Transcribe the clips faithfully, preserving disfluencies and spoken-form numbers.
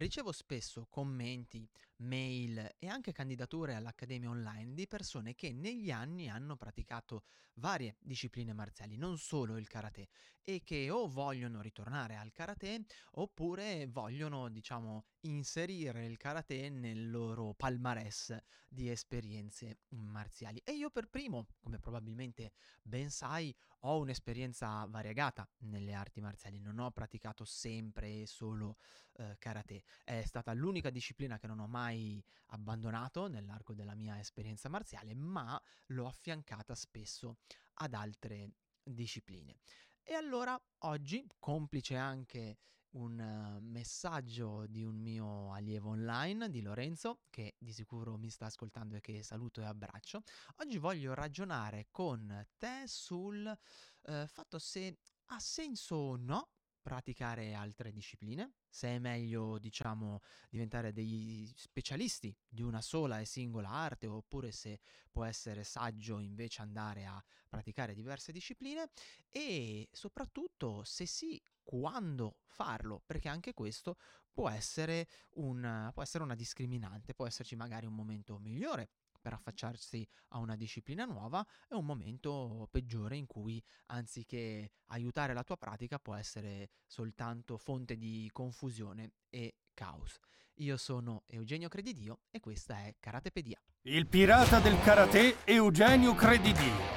Ricevo spesso commenti, mail e anche candidature all'Accademia Online di persone che negli anni hanno praticato varie discipline marziali, non solo il karate, e che o vogliono ritornare al karate oppure vogliono, diciamo, inserire il karate nel loro palmarès di esperienze marziali. E io per primo, come probabilmente ben sai, ho un'esperienza variegata nelle arti marziali, non ho praticato sempre e solo eh, karate. È stata l'unica disciplina che non ho mai abbandonato nell'arco della mia esperienza marziale, ma l'ho affiancata spesso ad altre discipline. E allora oggi, complice anche un eh, messaggio di un mio allievo online, di Lorenzo, che di sicuro mi sta ascoltando e che saluto e abbraccio, oggi voglio ragionare con te sul eh, fatto se ha senso o no praticare altre discipline, se è meglio, diciamo, diventare degli specialisti di una sola e singola arte, oppure se può essere saggio invece andare a praticare diverse discipline, e soprattutto se sì, quando farlo, perché anche questo può essere un, può essere una discriminante, può esserci magari un momento migliore per affacciarsi a una disciplina nuova e un momento peggiore in cui anziché aiutare la tua pratica può essere soltanto fonte di confusione e caos. Io sono Eugenio Credidio e questa è Karatepedia. Il pirata del karate Eugenio Credidio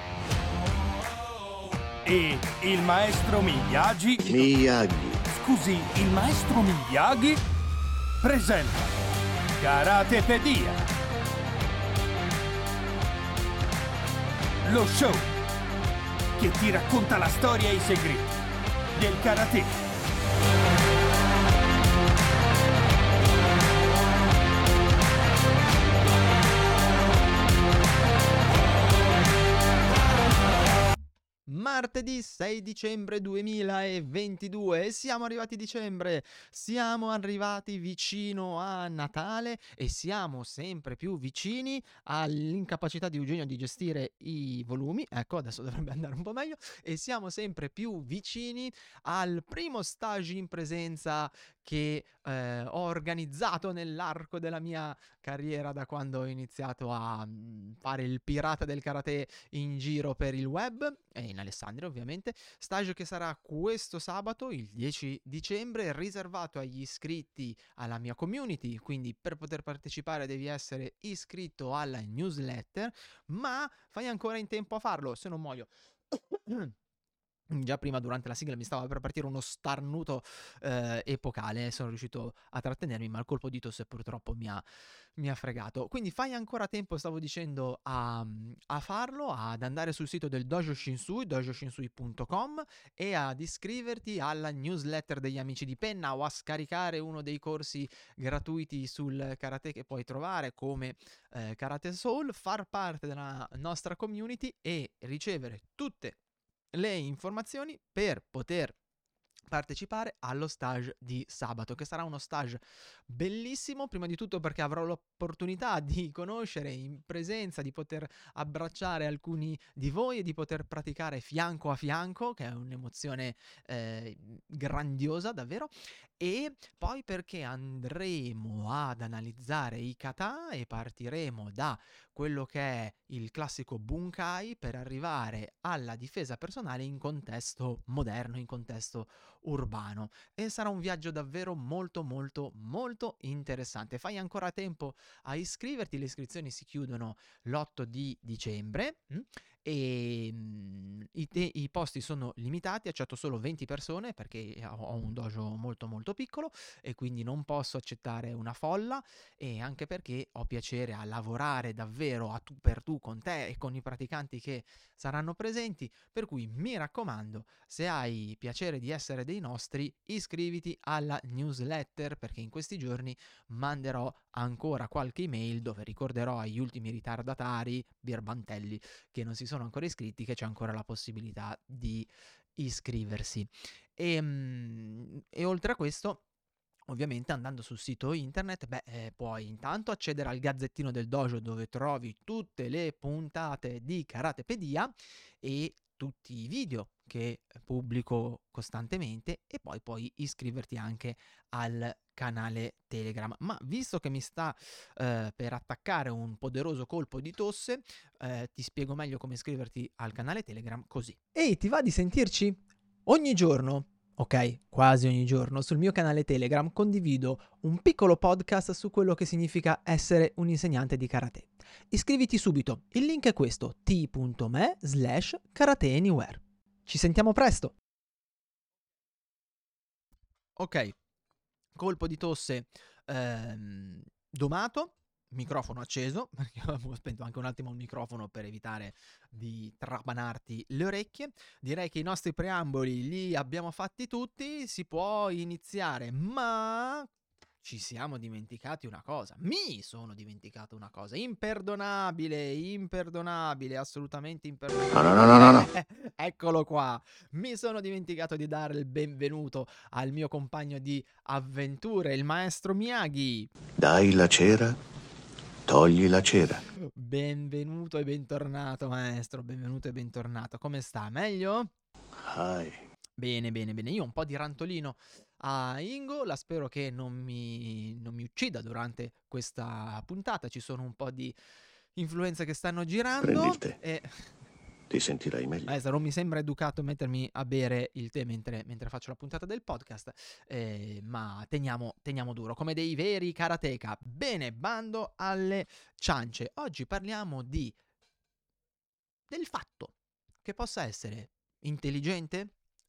e il maestro Miyagi Miyagi. Scusi, il maestro Miyagi presenta Karatepedia, lo show che ti racconta la storia e i segreti del karate. Martedì sei dicembre duemilaventidue e siamo arrivati a dicembre, siamo arrivati vicino a Natale e siamo sempre più vicini all'incapacità di Eugenio di gestire i volumi, ecco adesso dovrebbe andare un po' meglio, e siamo sempre più vicini al primo stage in presenza che eh, ho organizzato nell'arco della mia carriera da quando ho iniziato a mm, fare il pirata del karate in giro per il web e in Alessandria ovviamente, stage che sarà questo sabato il dieci dicembre, riservato agli iscritti alla mia community, quindi per poter partecipare devi essere iscritto alla newsletter, ma fai ancora in tempo a farlo, se non muoio. Già prima durante la sigla mi stava per partire uno starnuto eh, epocale, sono riuscito a trattenermi, ma il colpo di tosse purtroppo mi ha, mi ha fregato. Quindi fai ancora tempo, stavo dicendo, a, a farlo, ad andare sul sito del Dojo Shinsui, dojo shinsui punto com, e ad iscriverti alla newsletter degli amici di penna o a scaricare uno dei corsi gratuiti sul karate che puoi trovare come eh, Karate Soul, far parte della nostra community e ricevere tutte le informazioni per poter partecipare allo stage di sabato, che sarà uno stage bellissimo, prima di tutto perché avrò l'opportunità di conoscere in presenza, di poter abbracciare alcuni di voi e di poter praticare fianco a fianco, che è un'emozione eh, grandiosa davvero, e poi perché andremo ad analizzare i kata e partiremo da quello che è il classico bunkai per arrivare alla difesa personale in contesto moderno, in contesto urbano, e sarà un viaggio davvero molto molto molto interessante. Fai ancora tempo a iscriverti, le iscrizioni si chiudono l'otto di dicembre mh? e mh, i, te- i posti sono limitati, accetto solo venti persone perché ho ho un dojo molto molto piccolo e quindi non posso accettare una folla, e anche perché ho piacere a lavorare davvero a tu per tu con te e con i praticanti che saranno presenti, per cui mi raccomando, se hai piacere di essere dei nostri, iscriviti alla newsletter perché in questi giorni manderò ancora qualche email dove ricorderò agli ultimi ritardatari, birbantelli, che non si sono ancora iscritti, che c'è ancora la possibilità di iscriversi. E, mm, e oltre a questo, ovviamente andando sul sito internet, beh, eh, puoi intanto accedere al Gazzettino del Dojo dove trovi tutte le puntate di Karatepedia e tutti i video che pubblico costantemente, e poi puoi iscriverti anche al canale Telegram. Ma visto che mi sta eh, per attaccare un poderoso colpo di tosse, eh, ti spiego meglio come iscriverti al canale Telegram così. Ehi, ti va di sentirci? Ogni giorno, ok, quasi ogni giorno, sul mio canale Telegram condivido un piccolo podcast su quello che significa essere un insegnante di karate. Iscriviti subito, il link è questo, t.me slash karate anywhere. Ci sentiamo presto! Ok, colpo di tosse ehm, domato, microfono acceso, perché avevo spento anche un attimo il microfono per evitare di trapanarti le orecchie. Direi che i nostri preamboli li abbiamo fatti tutti, si può iniziare, ma ci siamo dimenticati una cosa. Mi sono dimenticato una cosa imperdonabile, imperdonabile, assolutamente imperdonabile. No, no, no, no, no. Eccolo qua. Mi sono dimenticato di dare il benvenuto al mio compagno di avventure, il maestro Miyagi. Dai la cera, togli la cera. Benvenuto e bentornato, maestro. Benvenuto e bentornato. Come sta? Meglio? Hai. Bene, bene, bene. Io ho un po' di rantolino a Ingo, la spero che non mi, non mi uccida durante questa puntata. Ci sono un po' di influenze che stanno girando. Prendi il tè. E... Ti sentirai meglio. Maestro, non mi sembra educato mettermi a bere il tè mentre, mentre faccio la puntata del podcast, eh, ma teniamo, teniamo duro, come dei veri karateka. Bene, bando alle ciance. Oggi parliamo di del fatto che possa essere intelligente,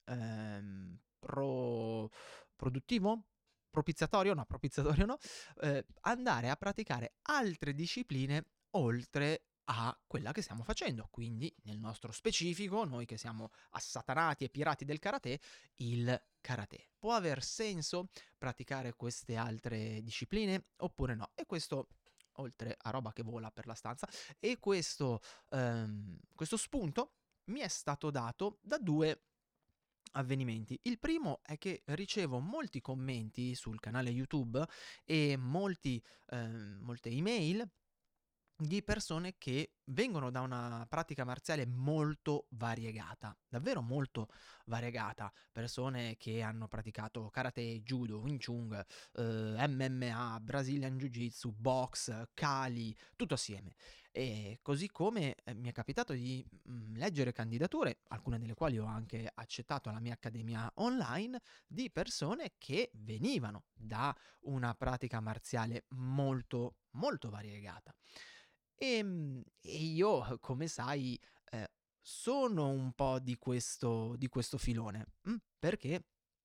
ehm, pro, produttivo, propiziatorio, no, propiziatorio no, eh, andare a praticare altre discipline oltre a quella che stiamo facendo. Quindi, nel nostro specifico, noi che siamo assatanati e pirati del karate, il karate. Può aver senso praticare queste altre discipline oppure no? E questo, oltre a roba che vola per la stanza, e questo, ehm, questo spunto mi è stato dato da due avvenimenti. Il primo è che ricevo molti commenti sul canale YouTube e molti, ehm, molte email di persone che vengono da una pratica marziale molto variegata, davvero molto variegata, persone che hanno praticato karate, judo, Wing Chun, eh, M M A, Brazilian Jiu-Jitsu, box, Kali, tutto assieme. E così come eh, mi è capitato di mh, leggere candidature, alcune delle quali ho anche accettato alla mia accademia online, di persone che venivano da una pratica marziale molto, molto variegata. Ehm, e io, come sai, eh, sono un po' di questo, di questo filone, mm, perché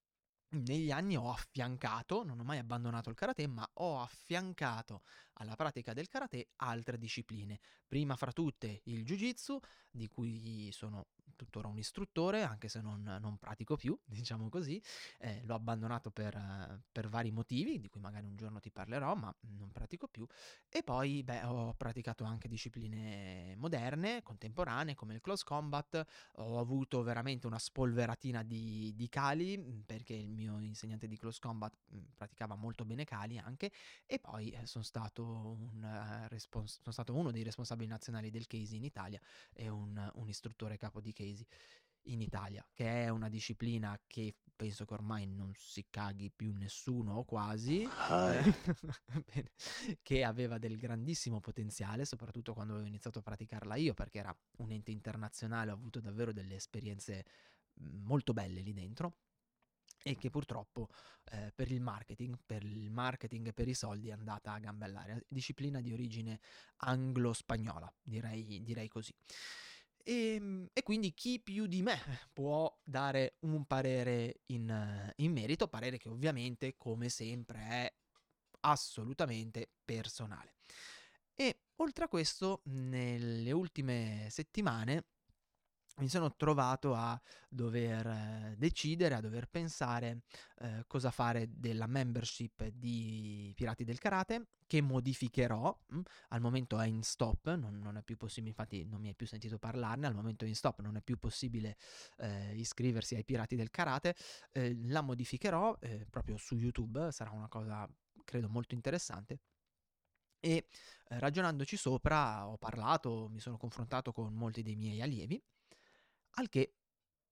negli anni ho affiancato, non ho mai abbandonato il karate, ma ho affiancato alla pratica del karate altre discipline. Prima fra tutte il jiu-jitsu, di cui sono tuttora un istruttore, anche se non, non pratico più, diciamo così. Eh, l'ho abbandonato per, eh, per vari motivi, di cui magari un giorno ti parlerò, ma non pratico più. E poi, beh, ho praticato anche discipline moderne, contemporanee, come il close combat. Ho avuto veramente una spolveratina di, di Kali, perché il mio insegnante di close combat mh, praticava molto bene Kali anche, e poi eh, sono stato un uh, respons- sono stato uno dei responsabili nazionali del Casey in Italia e un, un istruttore capo di Casey in Italia, che è una disciplina che penso che ormai non si caghi più nessuno o quasi, eh, bene, che aveva del grandissimo potenziale, soprattutto quando avevo iniziato a praticarla io, perché era un ente internazionale, ho avuto davvero delle esperienze molto belle lì dentro, e che purtroppo eh, per il marketing, per il marketing e per i soldi è andata a gambe all'aria. Disciplina di origine anglo-spagnola, direi, direi così. E, e quindi chi più di me può dare un parere in, in merito, parere che ovviamente, come sempre, è assolutamente personale. E oltre a questo, nelle ultime settimane mi sono trovato a dover eh, decidere, a dover pensare eh, cosa fare della membership di Pirati del Karate, che modificherò. mh, Al momento è in stop, non, non è più possibile, infatti non mi hai più sentito parlarne, al momento è in stop, non è più possibile eh, iscriversi ai Pirati del Karate. Eh, la modificherò eh, proprio su YouTube, sarà una cosa credo molto interessante. E eh, ragionandoci sopra ho parlato, mi sono confrontato con molti dei miei allievi, al che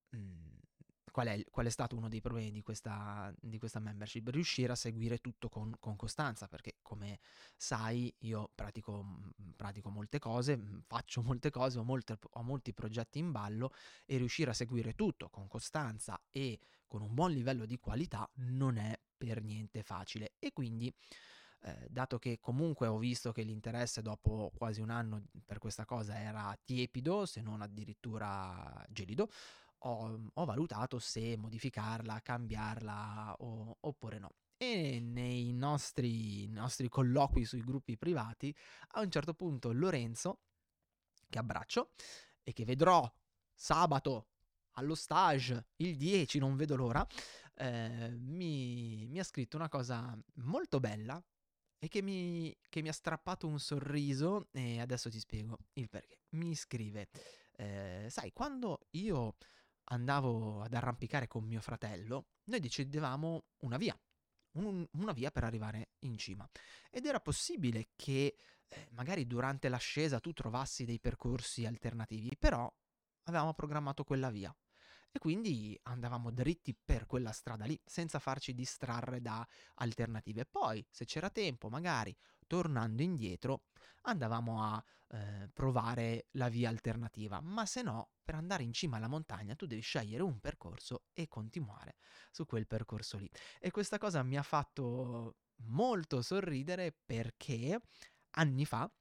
mh, qual è, qual è stato uno dei problemi di questa, di questa membership? Riuscire a seguire tutto con, con costanza, perché come sai io pratico, mh, pratico molte cose, mh, faccio molte cose, ho, molte, ho molti progetti in ballo, e riuscire a seguire tutto con costanza e con un buon livello di qualità non è per niente facile. E quindi eh, dato che comunque ho visto che l'interesse dopo quasi un anno per questa cosa era tiepido, se non addirittura gelido, ho, ho valutato se modificarla, cambiarla o, oppure no. E nei nostri, nostri colloqui sui gruppi privati, a un certo punto Lorenzo, che abbraccio e che vedrò sabato allo stage il dieci, non vedo l'ora, eh, mi, mi ha scritto una cosa molto bella e che mi, che mi ha strappato un sorriso, e adesso ti spiego il perché. Mi scrive, eh, sai, quando io andavo ad arrampicare con mio fratello, noi decidevamo una via, un- una via per arrivare in cima. Ed era possibile che eh, magari durante l'ascesa tu trovassi dei percorsi alternativi, però avevamo programmato quella via. E quindi andavamo dritti per quella strada lì, senza farci distrarre da alternative. Poi, se c'era tempo, magari tornando indietro, andavamo a eh, provare la via alternativa. Ma se no, per andare in cima alla montagna, tu devi scegliere un percorso e continuare su quel percorso lì. E questa cosa mi ha fatto molto sorridere perché anni fa,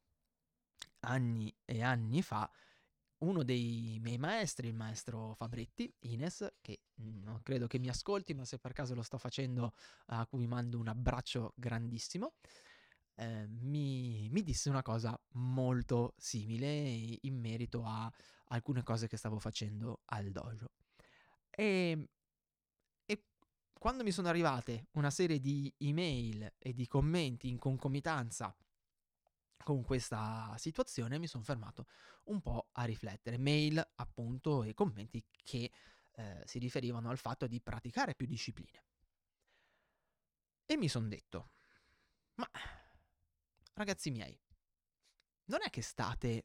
anni e anni fa, uno dei miei maestri, il maestro Fabretti, Ines, che non credo che mi ascolti, ma se per caso lo sto facendo, a cui mando un abbraccio grandissimo, eh, mi, mi disse una cosa molto simile in merito a alcune cose che stavo facendo al dojo. E, e quando mi sono arrivate una serie di email e di commenti in concomitanza con questa situazione, mi sono fermato un po' a riflettere. Mail, appunto, e commenti che eh, si riferivano al fatto di praticare più discipline. E mi sono detto, ma ragazzi miei, non è che state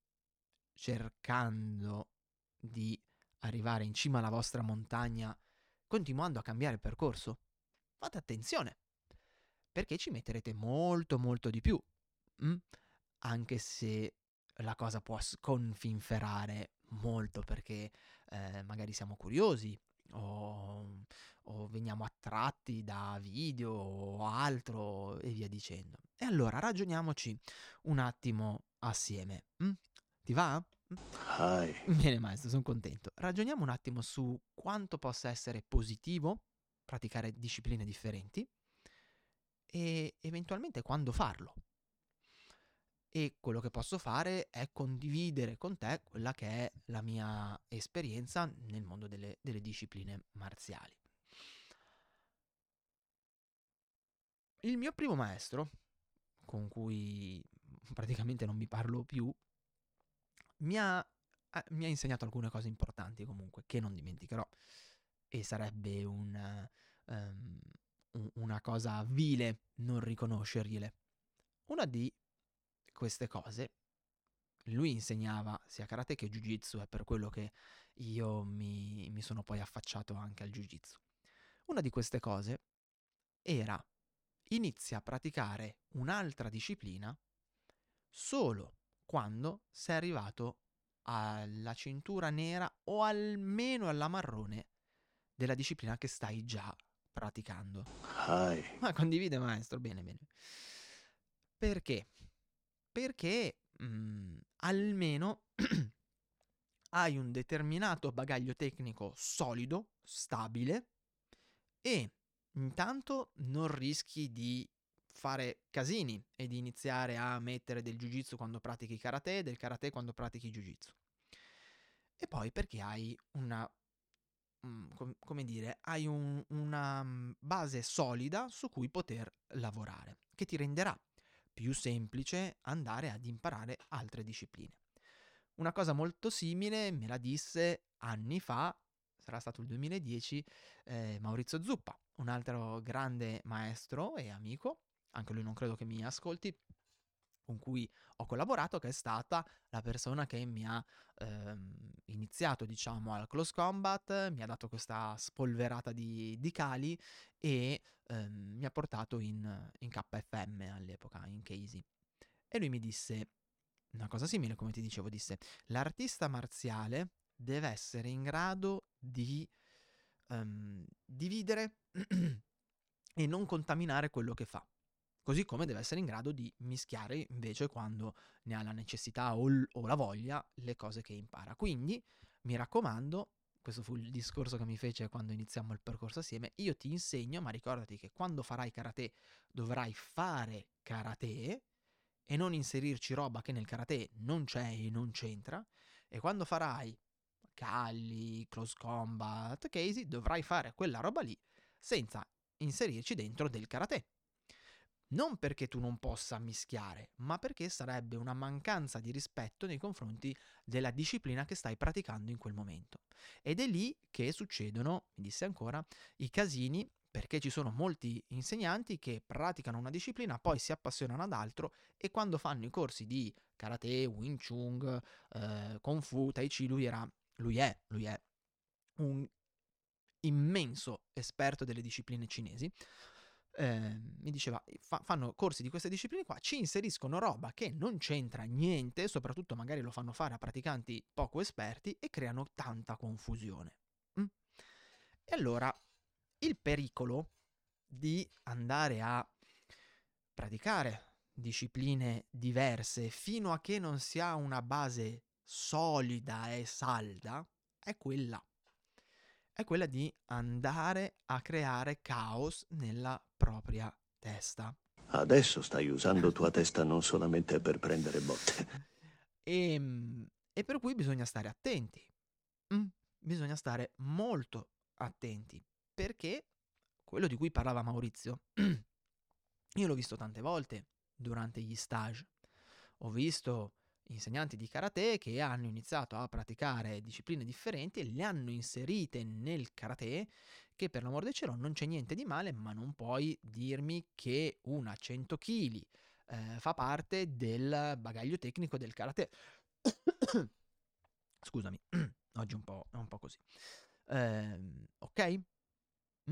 cercando di arrivare in cima alla vostra montagna continuando a cambiare percorso? Fate attenzione, perché ci metterete molto molto di più. Mm? Anche se la cosa può sconfinferare molto, perché eh, magari siamo curiosi o, o veniamo attratti da video o altro e via dicendo. E allora ragioniamoci un attimo assieme. Mm? Ti va? Hai. Bene maestro, sono contento. Ragioniamo un attimo su quanto possa essere positivo praticare discipline differenti e eventualmente quando farlo. E quello che posso fare è condividere con te quella che è la mia esperienza nel mondo delle, delle discipline marziali. Il mio primo maestro, con cui praticamente non mi parlo più, mi ha, eh, mi ha insegnato alcune cose importanti comunque, che non dimenticherò. E sarebbe un, um, un, una cosa vile non riconoscergliele. Una di queste cose, lui insegnava sia karate che jiu-jitsu, è per quello che io mi, mi sono poi affacciato anche al jiu-jitsu. Una di queste cose era: inizia a praticare un'altra disciplina solo quando sei arrivato alla cintura nera o almeno alla marrone della disciplina che stai già praticando. Hai. Ma condivide maestro, bene bene. Perché? Perché mh, almeno hai un determinato bagaglio tecnico solido, stabile, e intanto non rischi di fare casini e di iniziare a mettere del jiu-jitsu quando pratichi karate e del karate quando pratichi jiu-jitsu. E poi perché hai una, mm, com- come dire, hai un- una mm, base solida su cui poter lavorare, che ti renderà più semplice andare ad imparare altre discipline. Una cosa molto simile me la disse anni fa, sarà stato il duemiladieci, eh, Maurizio Zuppa, un altro grande maestro e amico, anche lui non credo che mi ascolti, con cui ho collaborato, che è stata la persona che mi ha ehm, iniziato, diciamo, al close combat, mi ha dato questa spolverata di, di cali e ehm, mi ha portato in, in K F M all'epoca, in Casey. E lui mi disse una cosa simile, come ti dicevo, disse: l'artista marziale deve essere in grado di ehm, dividere e non contaminare quello che fa. Così come deve essere in grado di mischiare invece, quando ne ha la necessità o, l- o la voglia, le cose che impara. Quindi mi raccomando, questo fu il discorso che mi fece quando iniziamo il percorso assieme: io ti insegno, ma ricordati che quando farai karate dovrai fare karate e non inserirci roba che nel karate non c'è e non c'entra, e quando farai calli, close combat, Casey, dovrai fare quella roba lì senza inserirci dentro del karate. Non perché tu non possa mischiare, ma perché sarebbe una mancanza di rispetto nei confronti della disciplina che stai praticando in quel momento. Ed è lì che succedono, mi disse ancora, i casini, perché ci sono molti insegnanti che praticano una disciplina, poi si appassionano ad altro e quando fanno i corsi di karate, Wing Chun, eh, Kung Fu, Tai Chi, lui era, lui è, lui è un immenso esperto delle discipline cinesi. Eh, mi diceva, fa- fanno corsi di queste discipline qua, ci inseriscono roba che non c'entra niente, soprattutto magari lo fanno fare a praticanti poco esperti e creano tanta confusione. Mm? E allora il pericolo di andare a praticare discipline diverse fino a che non si ha una base solida e salda è quella è quella di andare a creare caos nella propria testa. Adesso stai usando tua testa non solamente per prendere botte. E, e per cui bisogna stare attenti. Mm? Bisogna stare molto attenti, perché quello di cui parlava Maurizio, io l'ho visto tante volte durante gli stage. Ho visto insegnanti di karate che hanno iniziato a praticare discipline differenti e le hanno inserite nel karate, che per l'amor del cielo non c'è niente di male, ma non puoi dirmi che una cento chili eh, fa parte del bagaglio tecnico del karate. Scusami, oggi un po', è un po' così. Ehm, ok? Mm?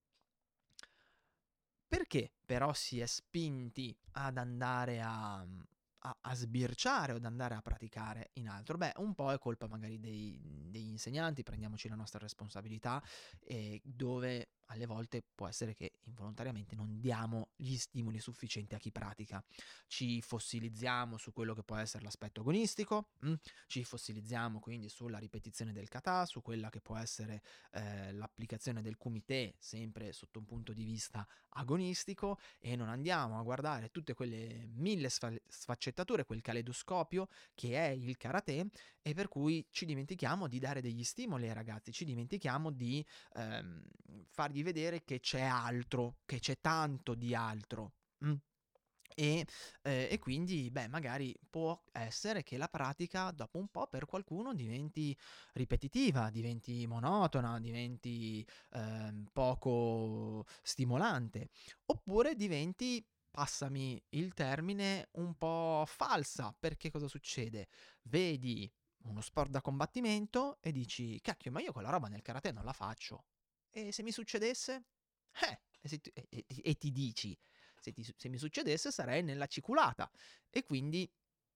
Perché però si è spinti ad andare a, a, a sbirciare o ad andare a praticare in altro? Beh, un po' è colpa magari dei, degli insegnanti, prendiamoci la nostra responsabilità, e dove alle volte può essere che involontariamente non diamo gli stimoli sufficienti a chi pratica. Ci fossilizziamo su quello che può essere l'aspetto agonistico, mh? Ci fossilizziamo quindi sulla ripetizione del kata, su quella che può essere eh, l'applicazione del kumite, sempre sotto un punto di vista agonistico, e non andiamo a guardare tutte quelle mille sfa- sfaccettature, quel caleidoscopio che è il karate, e per cui ci dimentichiamo di dare degli stimoli ai ragazzi, ci dimentichiamo di ehm, fargli vedere che c'è altro, che c'è tanto di altro. Mm? E, eh, e quindi, beh, magari può essere che la pratica dopo un po' per qualcuno diventi ripetitiva, diventi monotona, diventi ehm, poco stimolante, oppure diventi, passami il termine, un po' falsa, perché cosa succede? Vedi uno sport da combattimento e dici, cacchio, ma io quella roba nel karate non la faccio. E se mi succedesse? Eh, e, se ti, e- e- e ti dici, se, ti- se mi succedesse sarei nella ciculata, e quindi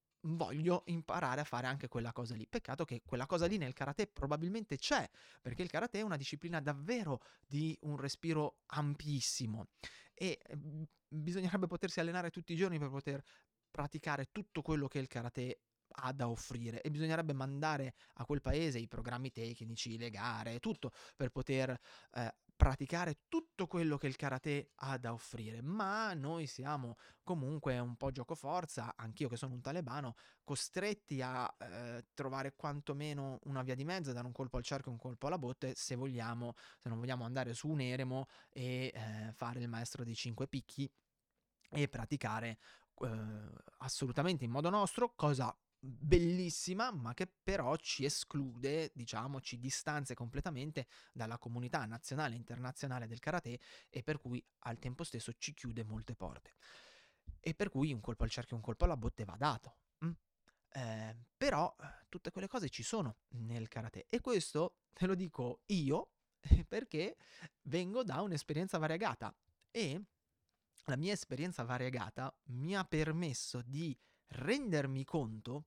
voglio imparare a fare anche quella cosa lì. Peccato che quella cosa lì nel karate probabilmente c'è, perché il karate è una disciplina davvero di un respiro ampissimo e mm, bisognerebbe potersi allenare tutti i giorni per poter praticare tutto quello che il karate ha da offrire, e bisognerebbe mandare a quel paese i programmi tecnici, le gare, tutto per poter eh, praticare tutto quello che il karate ha da offrire. Ma noi siamo comunque un po' giocoforza, anch'io che sono un talebano, costretti a eh, trovare quantomeno una via di mezzo, dare un colpo al cerchio e un colpo alla botte, se vogliamo, se non vogliamo andare su un eremo e eh, fare il maestro dei cinque picchi e praticare eh, assolutamente in modo nostro, cosa bellissima, ma che però ci esclude, diciamo, ci distanzia completamente dalla comunità nazionale e internazionale del karate, e per cui al tempo stesso ci chiude molte porte. e per cui un colpo al cerchio e un colpo alla botte va dato. Mm? Eh, però eh, tutte quelle cose ci sono nel karate, e questo te lo dico io perché vengo da un'esperienza variegata, e la mia esperienza variegata mi ha permesso di rendermi conto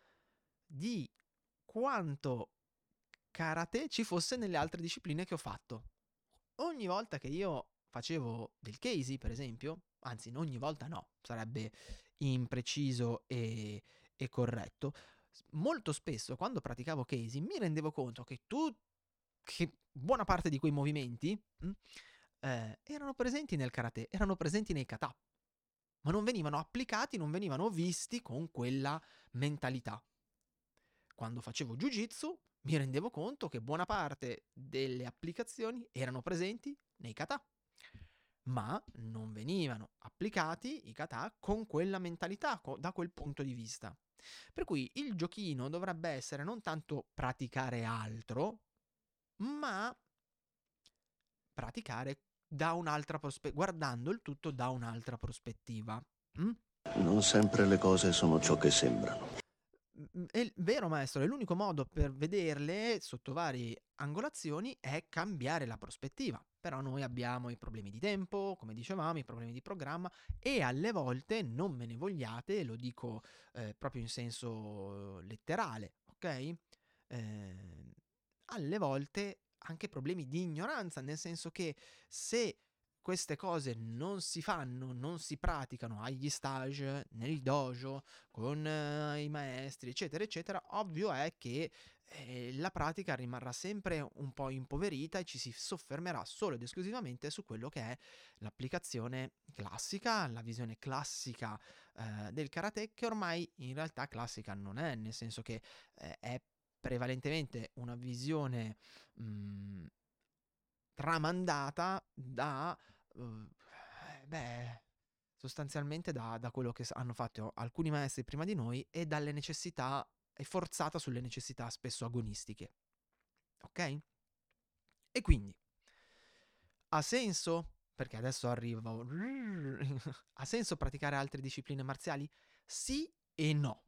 di quanto karate ci fosse nelle altre discipline che ho fatto. Ogni volta che io facevo del Keisi, per esempio, anzi, ogni volta no, sarebbe impreciso e, e corretto. Molto spesso, quando praticavo Keisi, mi rendevo conto che tu, che buona parte di quei movimenti mh, eh, erano presenti nel karate, erano presenti nei kata, ma non venivano applicati, non venivano visti con quella mentalità. Quando facevo Jiu-Jitsu mi rendevo conto che buona parte delle applicazioni erano presenti nei kata, ma non venivano applicati i kata con quella mentalità, da quel punto di vista. Per cui il giochino dovrebbe essere non tanto praticare altro, ma praticare da un'altra prospettiva, guardando il tutto da un'altra prospettiva. Mm? Non sempre le cose sono ciò che sembrano. È vero, maestro, è l'unico modo per vederle sotto varie angolazioni è cambiare la prospettiva. Però noi abbiamo i problemi di tempo, come dicevamo, i problemi di programma, e alle volte, non me ne vogliate, lo dico eh, proprio in senso letterale, ok? Eh, alle volte anche problemi di ignoranza, nel senso che se queste cose non si fanno, non si praticano agli stage, nel dojo, con eh, i maestri, eccetera, eccetera, ovvio è che eh, la pratica rimarrà sempre un po' impoverita e ci si soffermerà solo ed esclusivamente su quello che è l'applicazione classica, la visione classica eh, del karate, che ormai in realtà classica non è, nel senso che eh, è prevalentemente una visione mh, tramandata da uh, beh sostanzialmente da, da quello che hanno fatto alcuni maestri prima di noi, e dalle necessità, è forzata sulle necessità spesso agonistiche, ok? E quindi ha senso, perché adesso arrivo, ha senso praticare altre discipline marziali? Sì e no.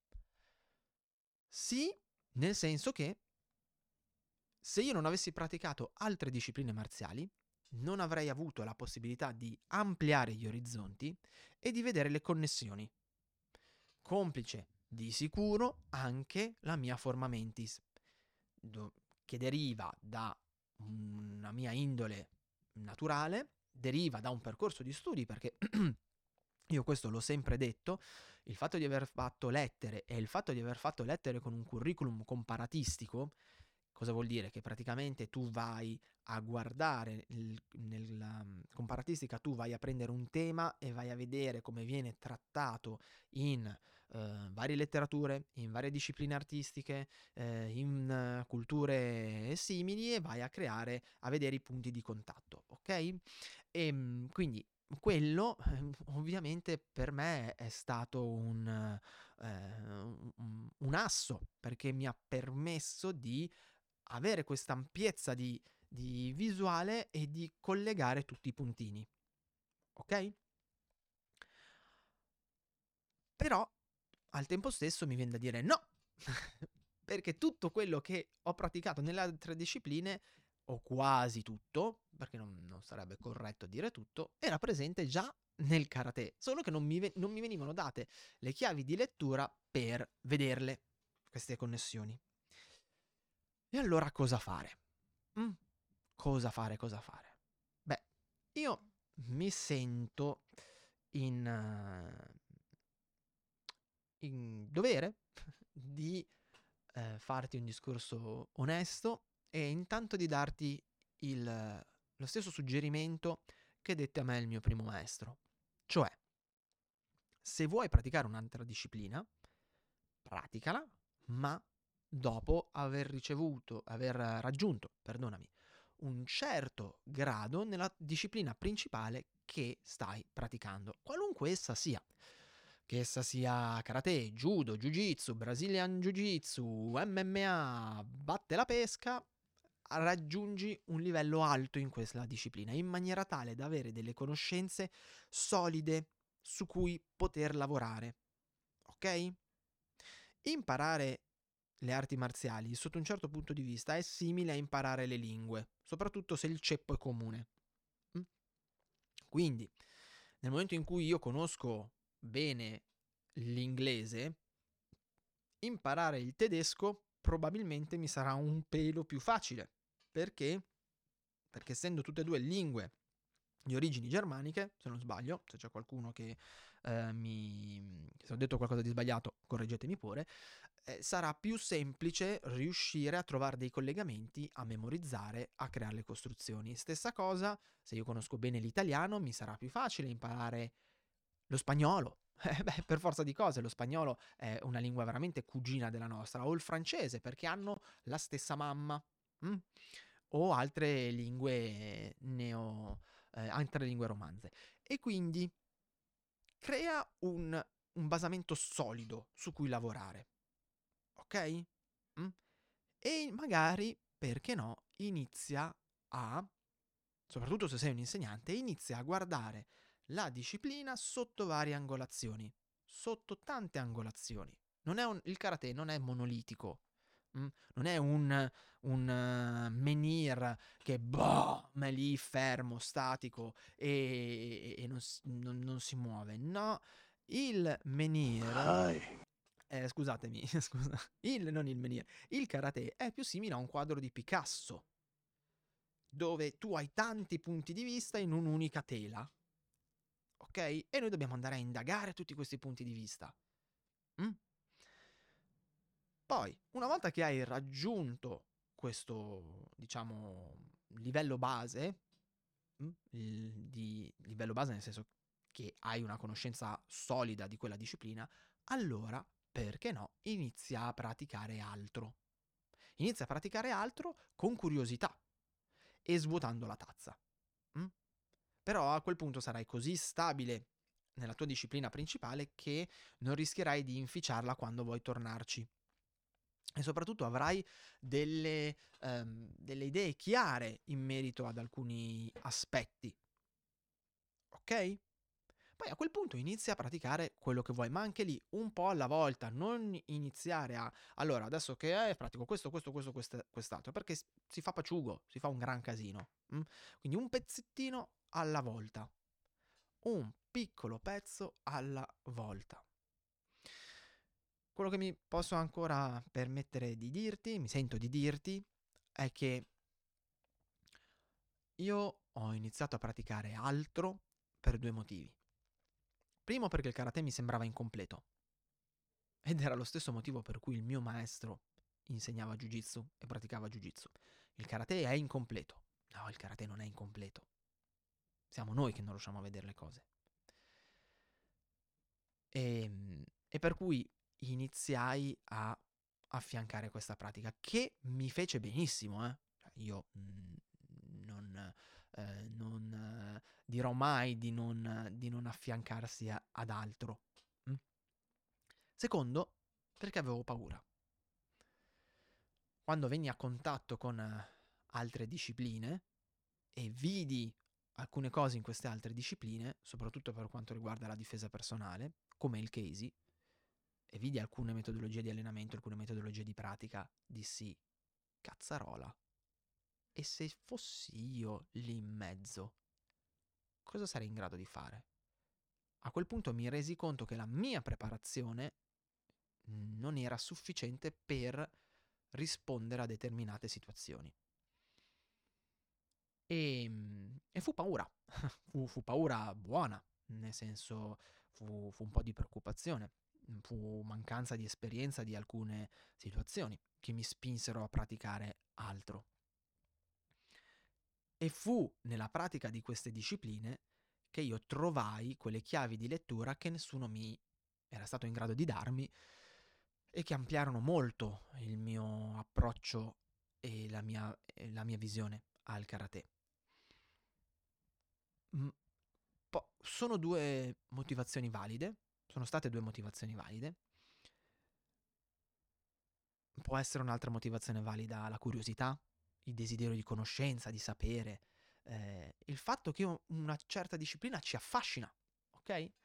Sì, nel senso che se io non avessi praticato altre discipline marziali, non avrei avuto la possibilità di ampliare gli orizzonti e di vedere le connessioni. Complice di sicuro anche la mia forma mentis, do- che deriva da una mia indole naturale, deriva da un percorso di studi, perché io questo l'ho sempre detto, il fatto di aver fatto lettere e il fatto di aver fatto lettere con un curriculum comparatistico. Cosa vuol dire? Che praticamente tu vai a guardare, il, nella comparatistica tu vai a prendere un tema e vai a vedere come viene trattato in eh, varie letterature, in varie discipline artistiche, eh, in uh, culture simili, e vai a creare, a vedere i punti di contatto, ok? E quindi quello ovviamente per me è stato un, eh, un, un asso, perché mi ha permesso di avere questa ampiezza di, di visuale e di collegare tutti i puntini, ok? Però al tempo stesso mi viene da dire no, perché tutto quello che ho praticato nelle altre discipline, o quasi tutto, perché non, non sarebbe corretto dire tutto, era presente già nel karate, solo che non mi, ve- non mi venivano date le chiavi di lettura per vederle, queste connessioni. E allora cosa fare? Mm? Cosa fare, cosa fare? Beh, io mi sento in, uh, in dovere di uh, farti un discorso onesto, e intanto di darti il, lo stesso suggerimento che dette a me il mio primo maestro. Cioè, se vuoi praticare un'altra disciplina, praticala, ma dopo aver ricevuto, aver raggiunto, perdonami, un certo grado nella disciplina principale che stai praticando, qualunque essa sia. Che essa sia karate, judo, jiu-jitsu, Brazilian jiu-jitsu, M M A, batte la pesca, raggiungi un livello alto in questa disciplina, in maniera tale da avere delle conoscenze solide su cui poter lavorare, ok? Imparare le arti marziali, sotto un certo punto di vista, è simile a imparare le lingue, soprattutto se il ceppo è comune. Mm? Quindi, nel momento in cui io conosco bene l'inglese, imparare il tedesco probabilmente mi sarà un pelo più facile. Perché? Perché essendo tutte e due lingue di origini germaniche, se non sbaglio, se c'è qualcuno che eh, mi... se ho detto qualcosa di sbagliato, correggetemi pure, eh, sarà più semplice riuscire a trovare dei collegamenti, a memorizzare, a creare le costruzioni. Stessa cosa, se io conosco bene l'italiano, mi sarà più facile imparare lo spagnolo. Eh, beh, per forza di cose, lo spagnolo è una lingua veramente cugina della nostra, o il francese, perché hanno la stessa mamma. Mm? O altre lingue neo, eh, altre lingue romanze. E quindi crea un, un basamento solido su cui lavorare. Ok? Mm? E magari, perché no, inizia a, soprattutto se sei un insegnante, inizia a guardare la disciplina sotto varie angolazioni, sotto tante angolazioni. Non è un, il karate non è monolitico, mm? Non è un, un uh, menhir che boh, è lì fermo, statico e, e non, non, non si muove. No, il menhir... Hai. Eh, scusatemi, scusa, il, non il menhir, il karate è più simile a un quadro di Picasso, dove tu hai tanti punti di vista in un'unica tela, ok? E noi dobbiamo andare a indagare tutti questi punti di vista. Mm? Poi, una volta che hai raggiunto questo, diciamo, livello base, mm? il, di livello base nel senso che hai una conoscenza solida di quella disciplina, allora, perché no, inizia a praticare altro. Inizia a praticare altro con curiosità e svuotando la tazza. Mm? Però a quel punto sarai così stabile nella tua disciplina principale che non rischierai di inficiarla quando vuoi tornarci. E soprattutto avrai delle, um, delle idee chiare in merito ad alcuni aspetti. Ok? Poi a quel punto inizia a praticare quello che vuoi, ma anche lì un po' alla volta, non iniziare a... Allora, adesso che è, pratico questo, questo, questo, quest- quest'altro, perché si fa paciugo, si fa un gran casino. Mm? Quindi un pezzettino alla volta. Un piccolo pezzo alla volta. Quello che mi posso ancora permettere di dirti, mi sento di dirti, è che io ho iniziato a praticare altro per due motivi. Primo perché il karate mi sembrava incompleto. Ed era lo stesso motivo per cui il mio maestro insegnava jiu-jitsu e praticava jiu-jitsu. Il karate è incompleto. No, il karate non è incompleto. Siamo noi che non riusciamo a vedere le cose. E, e per cui iniziai a affiancare questa pratica, che mi fece benissimo. Eh? Io mh, non, eh, non eh, dirò mai di non, di non affiancarsi a, ad altro. Mm? Secondo, perché avevo paura. Quando venni a contatto con eh, altre discipline e vidi alcune cose in queste altre discipline, soprattutto per quanto riguarda la difesa personale, come il Casey, e vidi alcune metodologie di allenamento, alcune metodologie di pratica, dissi, cazzarola, e se fossi io lì in mezzo, cosa sarei in grado di fare? A quel punto mi resi conto che la mia preparazione non era sufficiente per rispondere a determinate situazioni. E, e fu paura, fu, fu paura buona, nel senso fu, fu un po' di preoccupazione, fu mancanza di esperienza di alcune situazioni che mi spinsero a praticare altro. E fu nella pratica di queste discipline che io trovai quelle chiavi di lettura che nessuno mi era stato in grado di darmi e che ampliarono molto il mio approccio e la mia, e la mia visione al karate. Mm, po- sono due motivazioni valide, sono state due motivazioni valide. Può essere un'altra motivazione valida la curiosità, il desiderio di conoscenza, di sapere, eh, il fatto che una certa disciplina ci affascina, ok?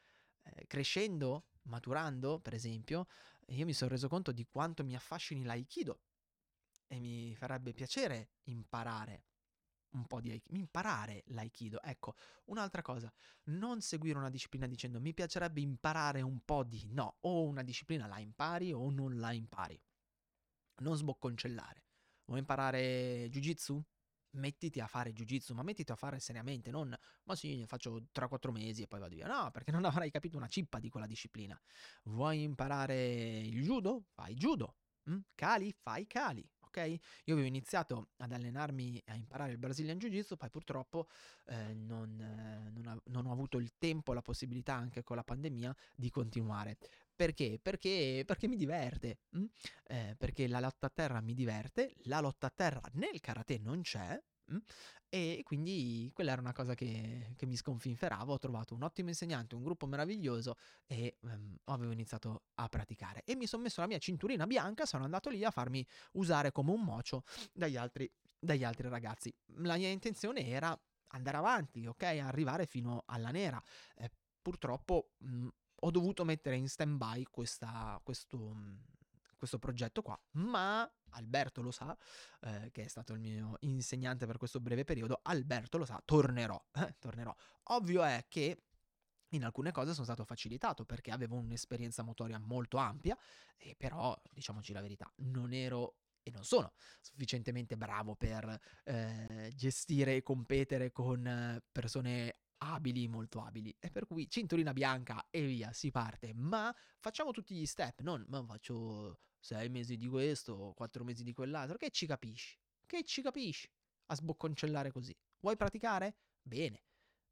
eh, crescendo, maturando, per esempio, io mi sono reso conto di quanto mi affascini l'aikido e mi farebbe piacere imparare un po' di aikido, imparare l'aikido. Ecco, un'altra cosa, non seguire una disciplina dicendo mi piacerebbe imparare un po' di... No, o una disciplina la impari o non la impari. Non sbocconcellare. Vuoi imparare jiu-jitsu? Mettiti a fare jiu-jitsu, ma mettiti a fare seriamente, non ma sì, faccio tre quattro mesi e poi vado via. No, perché non avrai capito una cippa di quella disciplina. Vuoi imparare il judo? Fai judo. Mm? Cali? Fai cali. Ok? Io avevo iniziato ad allenarmi a imparare il Brazilian Jiu-Jitsu, poi purtroppo eh, non, eh, non, ha- non ho avuto il tempo, la possibilità anche con la pandemia di continuare. Perché? Perché, perché mi diverte. Mm? Eh, perché la lotta a terra mi diverte, la lotta a terra nel karate non c'è, mh? E quindi quella era una cosa che, che mi sconfinferava. Ho trovato un ottimo insegnante, un gruppo meraviglioso e ehm, avevo iniziato a praticare e mi sono messo la mia cinturina bianca, sono andato lì a farmi usare come un mocio dagli altri, dagli altri ragazzi. La mia intenzione era andare avanti, ok? Arrivare fino alla nera. Eh, purtroppo mh, ho dovuto mettere in stand-by questa, questo, mh, questo progetto qua, ma Alberto lo sa, eh, che è stato il mio insegnante per questo breve periodo. Alberto lo sa, tornerò, eh, tornerò. Ovvio è che in alcune cose sono stato facilitato perché avevo un'esperienza motoria molto ampia, e però, diciamoci la verità, non ero e non sono sufficientemente bravo per eh, gestire e competere con eh, persone abili, molto abili. E per cui cinturina bianca e via, si parte. Ma facciamo tutti gli step, non ma faccio sei mesi di questo, quattro mesi di quell'altro. Che ci capisci? Che ci capisci? A sbocconcellare così. Vuoi praticare? Bene.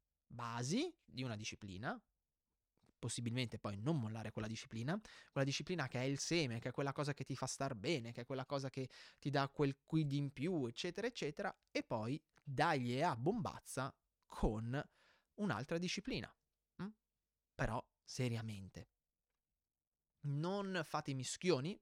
Basi di una disciplina, possibilmente poi non mollare quella disciplina, quella disciplina che è il seme, che è quella cosa che ti fa star bene, che è quella cosa che ti dà quel quid in più, eccetera, eccetera, e poi dagli a bombazza con un'altra disciplina. Mm? Però seriamente. Non fate i mischioni,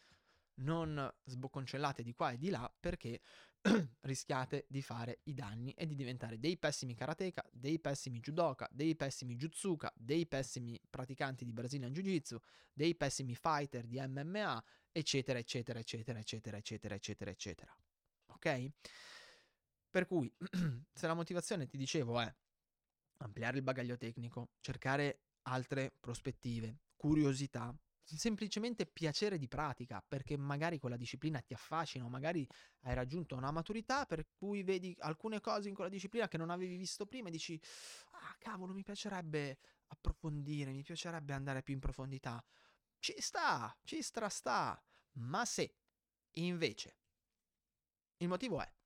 non sbocconcellate di qua e di là perché rischiate di fare i danni e di diventare dei pessimi karateka, dei pessimi judoka, dei pessimi jutsuka, dei pessimi praticanti di Brazilian Jiu-Jitsu, dei pessimi fighter di M M A, eccetera, eccetera, eccetera, eccetera, eccetera, eccetera, eccetera. Ok? Per cui, se la motivazione, ti dicevo, è ampliare il bagaglio tecnico, cercare altre prospettive, curiosità, semplicemente piacere di pratica, perché magari quella disciplina ti affascina, o magari hai raggiunto una maturità per cui vedi alcune cose in quella disciplina che non avevi visto prima e dici ah cavolo, mi piacerebbe approfondire, mi piacerebbe andare più in profondità. Ci sta, ci stra sta. Ma se invece il motivo è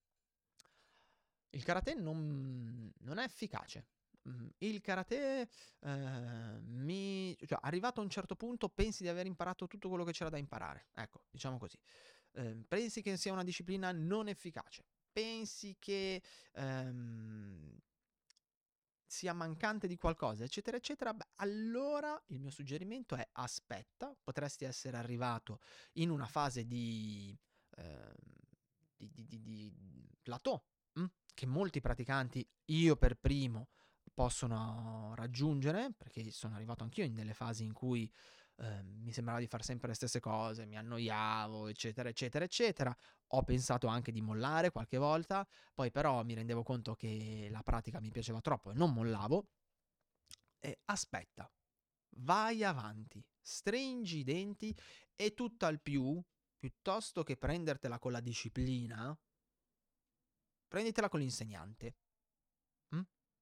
il karate non, non è efficace. Mm, Il karate, eh, mi, cioè, arrivato a un certo punto, pensi di aver imparato tutto quello che c'era da imparare. Ecco, diciamo così. Eh, pensi che sia una disciplina non efficace. Pensi che ehm, sia mancante di qualcosa, eccetera, eccetera. Beh, allora il mio suggerimento è aspetta, potresti essere arrivato in una fase di, ehm, di, di, di, di plateau, mm? Che molti praticanti, io per primo, possono raggiungere, perché sono arrivato anch'io in delle fasi in cui eh, mi sembrava di fare sempre le stesse cose, mi annoiavo, eccetera, eccetera, eccetera. Ho pensato anche di mollare qualche volta, poi però mi rendevo conto che la pratica mi piaceva troppo e non mollavo. E aspetta, vai avanti, stringi i denti e tutt'al più, piuttosto che prendertela con la disciplina, prenditela con l'insegnante. Mm?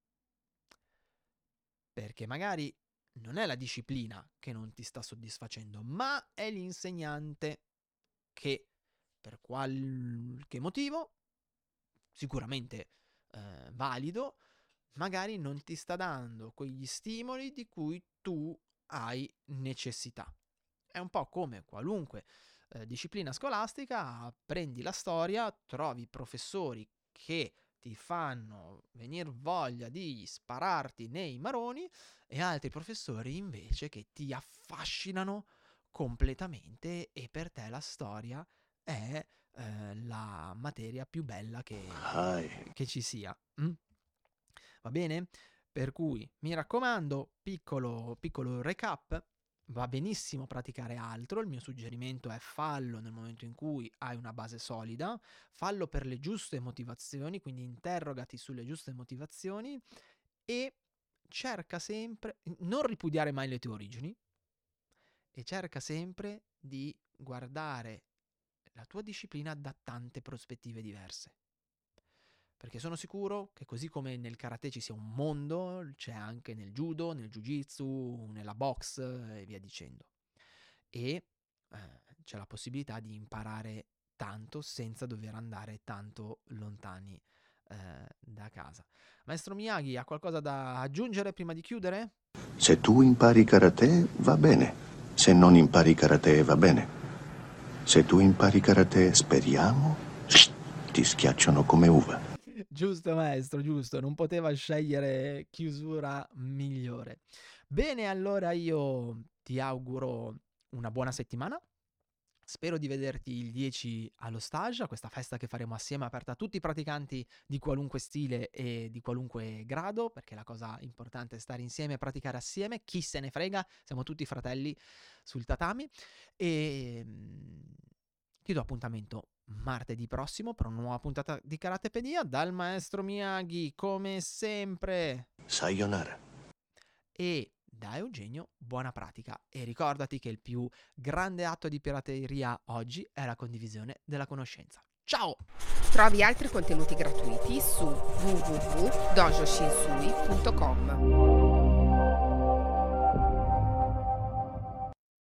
Perché magari non è la disciplina che non ti sta soddisfacendo, ma è l'insegnante che per qualche motivo, sicuramente eh, valido, magari non ti sta dando quegli stimoli di cui tu hai necessità. È un po' come qualunque eh, disciplina scolastica, prendi la storia, trovi professori che ti fanno venire voglia di spararti nei maroni e altri professori invece che ti affascinano completamente e per te la storia è eh, la materia più bella che, Hai. che ci sia. Mm? Va bene? Per cui mi raccomando, piccolo, piccolo recap, va benissimo praticare altro, il mio suggerimento è fallo nel momento in cui hai una base solida, fallo per le giuste motivazioni, quindi interrogati sulle giuste motivazioni e cerca sempre, non ripudiare mai le tue origini e cerca sempre di guardare la tua disciplina da tante prospettive diverse. Perché sono sicuro che così come nel karate ci sia un mondo, c'è anche nel judo, nel jiu-jitsu, nella box e via dicendo. E eh, c'è la possibilità di imparare tanto senza dover andare tanto lontani eh, da casa. Maestro Miyagi, ha qualcosa da aggiungere prima di chiudere? Se tu impari karate, va bene. Se non impari karate, va bene. Se tu impari karate, speriamo, ti schiacciano come uva. Giusto maestro, giusto, non poteva scegliere chiusura migliore. Bene, allora io ti auguro una buona settimana. Spero di vederti il dieci allo stage, a questa festa che faremo assieme, aperta a tutti i praticanti di qualunque stile e di qualunque grado, perché la cosa importante è stare insieme e praticare assieme. Chi se ne frega, siamo tutti fratelli sul tatami. E ti do appuntamento martedì prossimo per una nuova puntata di Karatepedia dal maestro Miyagi, come sempre. Sayonara. E da Eugenio, buona pratica. E ricordati che il più grande atto di pirateria oggi è la condivisione della conoscenza. Ciao! Trovi altri contenuti gratuiti su w w w punto dojo shinsui punto com.